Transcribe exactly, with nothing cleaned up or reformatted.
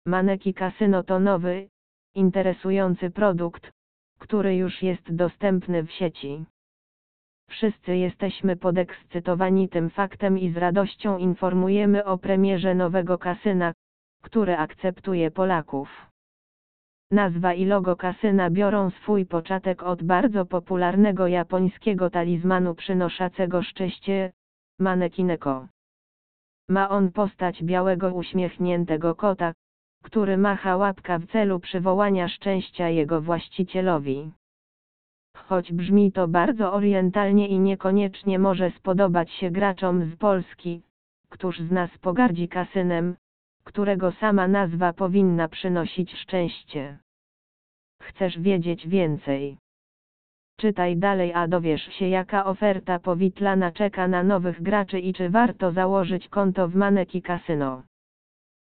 Maneki Casino to nowy, interesujący produkt, który już jest dostępny w sieci. Wszyscy jesteśmy podekscytowani tym faktem i z radością informujemy o premierze nowego kasyna, które akceptuje Polaków. Nazwa i logo kasyna biorą swój początek od bardzo popularnego japońskiego talizmanu przynoszącego szczęście, Maneki-neko. Ma on postać białego uśmiechniętego kota, który macha łapka w celu przywołania szczęścia jego właścicielowi. Choć brzmi to bardzo orientalnie i niekoniecznie może spodobać się graczom z Polski, któż z nas pogardzi kasynem, którego sama nazwa powinna przynosić szczęście. Chcesz wiedzieć więcej? Czytaj dalej, a dowiesz się, jaka oferta powitlana czeka na nowych graczy i czy warto założyć konto w Maneki Casino.